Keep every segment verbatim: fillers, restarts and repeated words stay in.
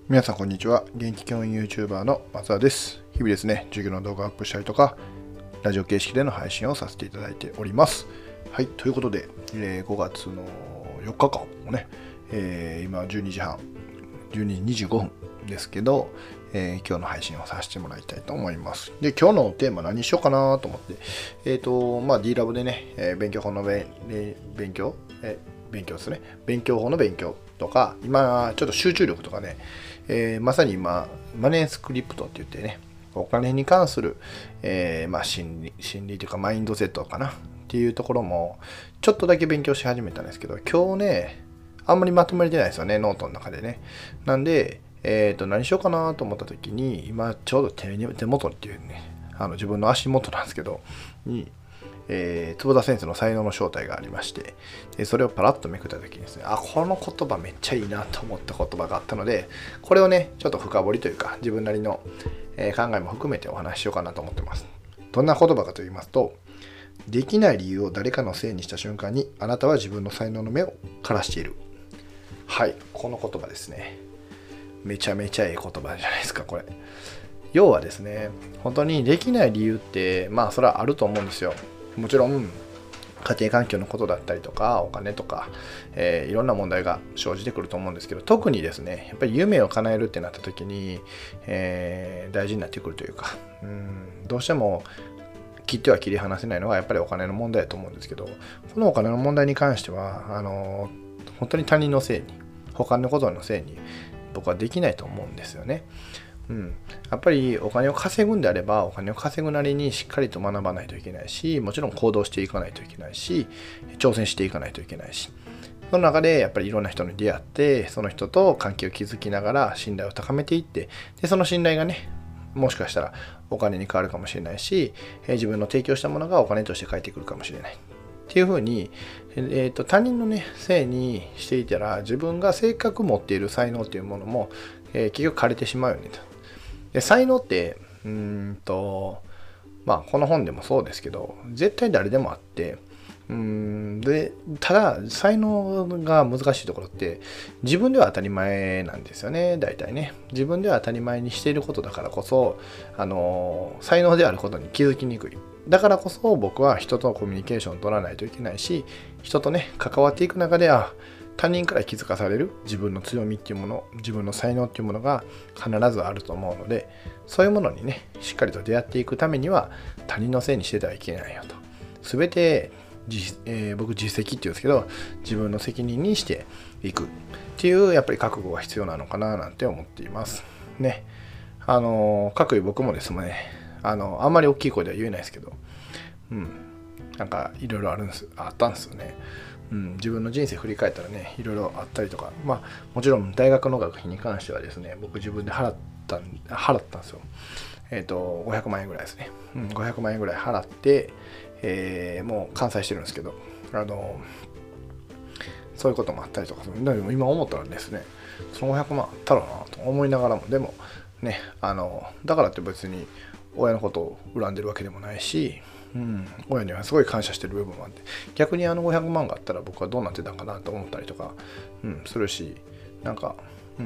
皆さんこんにちは。元気教員 YouTuber の松田です。日々ですね、授業の動画をアップしたりとか、ラジオ形式での配信をさせていただいております。はい、ということで、えー、ごがつのよっかかんもね、えー、今じゅうにじはん、じゅうにじにじゅうごふんですけど、えー、今日の配信をさせてもらいたいと思います。で、今日のテーマ何しようかなと思って、えっ、ー、と、まあ D ラボでね、えー、勉強法のべ勉強、えー勉強ですね。勉強法の勉強とか、今、ちょっと集中力とかね、えー、まさに今、マネースクリプトって言ってね、お金に関する、えーまあ、心理、心理というかマインドセットかなっていうところも、ちょっとだけ勉強し始めたんですけど、今日ね、あんまりまとめれてないですよね、ノートの中でね。なんで、えっと、何しようかなと思った時に、今、ちょうど手に手元っていうね、あの自分の足元なんですけど、に、えー、坪田先生の才能の正体がありまして、でそれをパラッとめくった時にですね、あ、この言葉めっちゃいいなと思った言葉があったので、これをね、ちょっと深掘りというか、自分なりの、えー、考えも含めてお話ししようかなと思ってます。どんな言葉かと言いますと、できない理由を誰かのせいにした瞬間に、あなたは自分の才能の目を枯らしている。はい、この言葉ですね。めちゃめちゃいい言葉じゃないですか、これ。要はですね、本当にできない理由って、まあ、それはあると思うんですよ。もちろん家庭環境のことだったりとかお金とか、えー、いろんな問題が生じてくると思うんですけど、特にですねやっぱり夢を叶えるってなった時に、えー、大事になってくるというか、うん、どうしても切っては切り離せないのがやっぱりお金の問題だと思うんですけど、このお金の問題に関してはあの本当に他人のせいに他のことのせいに僕はできないと思うんですよね。うん、やっぱりお金を稼ぐんであればお金を稼ぐなりにしっかりと学ばないといけないし、もちろん行動していかないといけないし、挑戦していかないといけないし、その中でやっぱりいろんな人に出会ってその人と関係を築きながら信頼を高めていって、でその信頼がねもしかしたらお金に変わるかもしれないし、自分の提供したものがお金として返ってくるかもしれないっていうふうに、えー、と他人のねせいにしていたら自分がせっかく持っている才能っていうものも、えー、結局枯れてしまうよねと。で才能ってうーんとまあこの本でもそうですけど絶対誰でもあって、うーんでただ才能が難しいところって自分では当たり前なんですよね。大体ね自分では当たり前にしていることだからこそ、あの才能であることに気づきにくい。だからこそ僕は人とコミュニケーションを取らないといけないし、人とね関わっていく中では他人から気づかされる自分の強みっていうもの、自分の才能っていうものが必ずあると思うので、そういうものにねしっかりと出会っていくためには他人のせいにしててはいけないよと。全て自、えー、僕実績っていうんですけど自分の責任にしていくっていうやっぱり覚悟が必要なのかななんて思っていますね。あの各位僕もですね、あのあんまり大きい声では言えないですけど、うんなんかいろいろあるんですあったんですよね。うん、自分の人生振り返ったらねいろいろあったりとか、まあもちろん大学の学費に関してはですね僕自分で払った払ったんですよ。えっ、ー、とごひゃくまんえんぐらいですね、うん、ごひゃくまんえんぐらい払って、えー、もう完済してるんですけど、あのそういうこともあったりとかする。でも今思ったらですねそのごひゃくまんあったらなと思いながらも、でもねあのだからって別に親のことを恨んでるわけでもないし、うん、親にはすごい感謝してる部分もあって、逆にあのごひゃくまんがあったら僕はどうなってたんかなと思ったりとか、うん、するし、なんか、うん、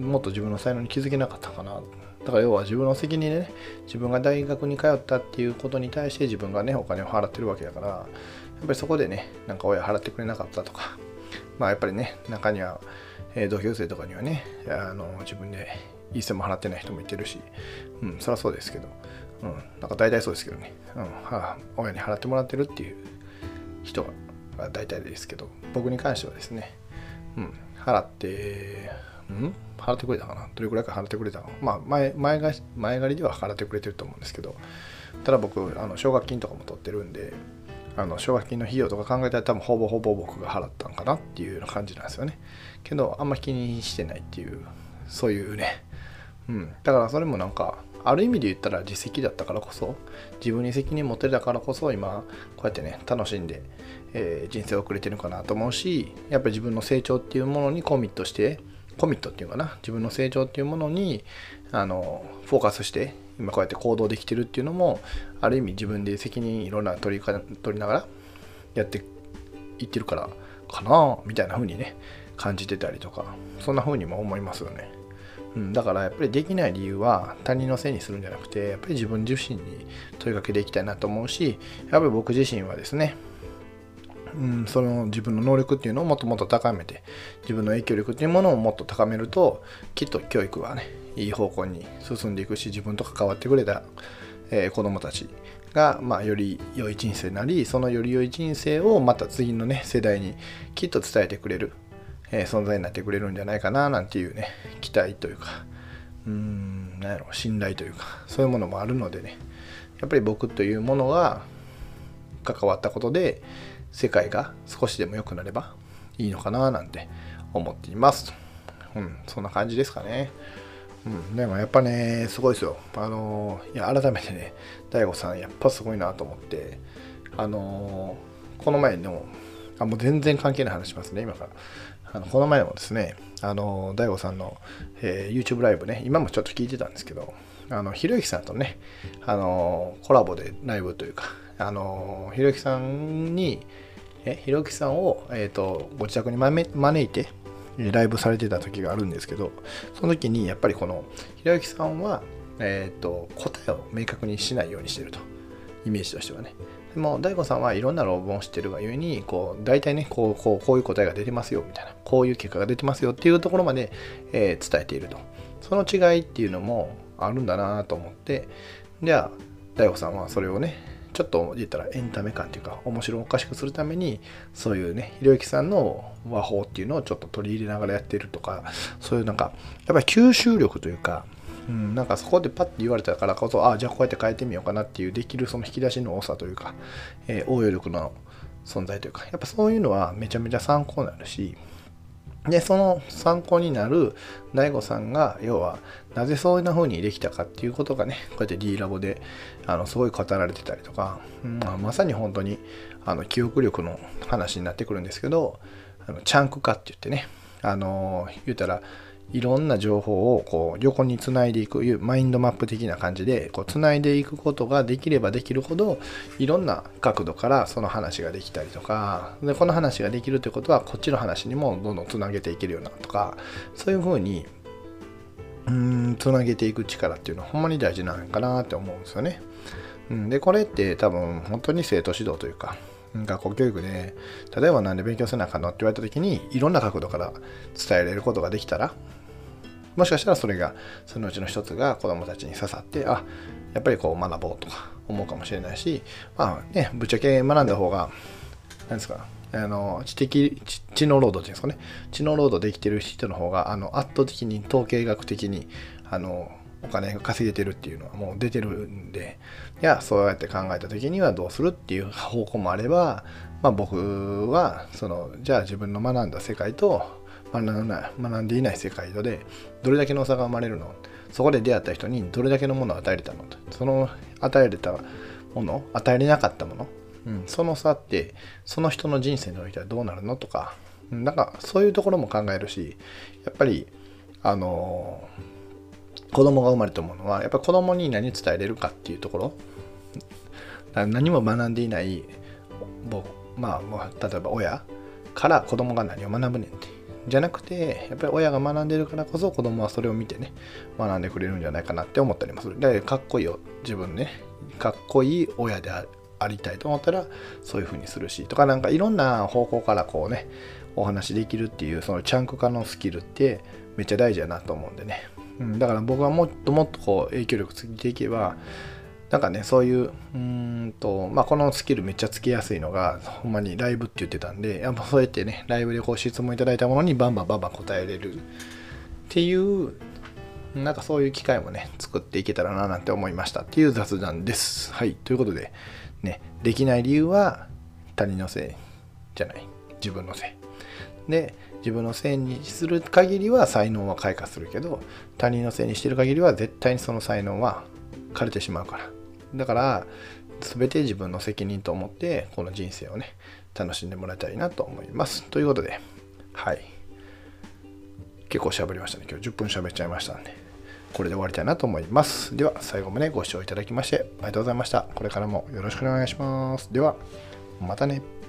もっと自分の才能に気づけなかったかな。だから要は自分の責任でね、自分が大学に通ったっていうことに対して自分がねお金を払ってるわけだから、やっぱりそこでねなんか親払ってくれなかったとか、まあやっぱりね中には、えー、同級生とかにはねあの自分で一銭も払ってない人もいてるし、うん、そりゃそうですけど、うん、なんか大体そうですけどね、うん、はあ、親に払ってもらってるっていう人が大体ですけど、僕に関してはですね、うん、払って、うん、払ってくれたかな、どれくらいか払ってくれたかな、まあ前前が前借りでは払ってくれてると思うんですけど、ただ僕あの奨学金とかも取ってるんで、あの奨学金の費用とか考えたら多分ほぼほぼ僕が払ったんかなっていうような感じなんですよね。けどあんま気にしてないっていう、そういうね、うん、だからそれもなんかある意味で言ったら実績だったからこそ、自分に責任持てたからこそ今こうやってね楽しんで、えー、人生を送れてるかなと思うし、やっぱり自分の成長っていうものにコミットしてコミットっていうかな自分の成長っていうものにあのフォーカスして今こうやって行動できてるっていうのもある意味自分で責任いろんな取り取りながらやっていってるからかなみたいな風にね感じてたりとか、そんな風にも思いますよね。 うん、だからやっぱりできない理由は他人のせいにするんじゃなくて、やっぱり自分自身に問いかけていきたいなと思うし、やっぱり僕自身はですね、うん、その自分の能力っていうのをもっともっと高めて、自分の影響力っていうものをもっと高めると、きっと教育はね、いい方向に進んでいくし、自分と関わってくれた、えー、子どもたちが、まあ、より良い人生なり、そのより良い人生をまた次のね、世代にきっと伝えてくれる、えー、存在になってくれるんじゃないかな、なんていうね、期待というか、うーん、なんやろ、信頼というか、そういうものもあるのでね、やっぱり僕というものが関わったことで、世界が少しでも良くなればいいのかななんて思っています。うん、そんな感じですかね。うん、でもやっぱね、すごいですよ。あのー、いや、改めてね、大悟さん、やっぱすごいなと思って、あのー、この前の、あ、もう全然関係ない話しますね、今から。あのこの前もですね、あのー、大悟さんの、えー、YouTube ライブね、今もちょっと聞いてたんですけど、あのひろゆきさんとね、あのー、コラボでライブというか、あのひろゆきさんにえひろゆきさんを、えー、とご自宅に招いてライブされてた時があるんですけど、その時にやっぱりこのひろゆきさんは、えー、と答えを明確にしないようにしてると、イメージとしてはね。でも大悟さんはいろんな論文を知ってるがゆえに、こう大体ねこうこうこういう答えが出てますよみたいな、こういう結果が出てますよっていうところまで、えー、伝えていると。その違いっていうのもあるんだなと思って、じゃあ大悟さんはそれをね、ちょっと言ったらエンタメ感というか面白おかしくするために、そういうねひろゆきさんの和法っていうのをちょっと取り入れながらやってるとか、そういうなんかやっぱり吸収力というか、うん、なんかそこでパッて言われたからこそ、ああじゃあこうやって変えてみようかなっていうできるその引き出しの多さというか、えー、応用力の存在というか、やっぱそういうのはめちゃめちゃ参考になるし、でその参考になる大悟さんが要はなぜそういう風にできたかっていうことがね、こうやって D ラボであのすごい語られてたりとか、まあ、まさに本当にあの記憶力の話になってくるんですけど、あのチャンク化って言ってね、あの言うたらいろんな情報をこう横につないでいく、マインドマップ的な感じでこうつないでいくことができればできるほど、いろんな角度からその話ができたりとか、でこの話ができるということはこっちの話にもどんどんつなげていけるようなとか、そういうふうにうーんつなげていく力っていうのはほんまに大事なのかなって思うんですよね。うん、でこれって多分本当に生徒指導というか、学校教育で例えばなんで勉強せなあかんのって言われた時に、いろんな角度から伝えられることができたら、もしかしたらそれがそのうちの一つが子どもたちに刺さって、あ、やっぱりこう学ぼうとか思うかもしれないし、まあね、ぶっちゃけ学んだ方が何ですか、あの知的知知能労働っていうんですかね、知能労働できてる人の方があの圧倒的に統計学的にあのお金が稼げてるっていうのはもう出てるんで、いやそうやって考えた時にはどうするっていう方向もあれば、まあ、僕はそのじゃあ自分の学んだ世界と学んだ学んでいない世界とでどれだけの差が生まれるの、そこで出会った人にどれだけのものを与えれたのと、その与えれたもの、与えれなかったもの、うん、その差ってその人の人生においてはどうなるのとか、なんかそういうところも考えるし、やっぱりあの子供が生まれたものはやっぱり子供に何伝えれるかっていうところ、何も学んでいない僕、まあ例えば親から子供が何を学ぶねんってじゃなくて、やっぱり親が学んでるからこそ子供はそれを見てね学んでくれるんじゃないかなって思ったりもする。でかっこいいよ自分ね、かっこいい親でありたいと思ったらそういう風にするしとか、なんかいろんな方向からこうねお話できるっていうそのチャンク化のスキルってめっちゃ大事やなと思うんでね、うん、だから僕はもっともっとこう影響力つけていけば、なんかねそういううーんとまあこのスキルめっちゃつきやすいのがほんまにライブって言ってたんで、やっぱそうやってねライブでこう質問いただいたものにバンバンバンバン答えれるっていう、なんかそういう機会もね作っていけたらななんて思いましたっていう雑談です。はい、ということでね、できない理由は他人のせいじゃない、自分のせいで、自分のせいにする限りは才能は開花するけど、他人のせいにしてる限りは絶対にその才能は枯れてしまうから、だから全て自分の責任と思ってこの人生をね楽しんでもらいたいなと思います。ということで、はい、結構喋りましたね。今日じゅっぷん喋っちゃいましたんで、これで終わりたいなと思います。では最後までご視聴いただきましてありがとうございました。これからもよろしくお願いします。ではまたね。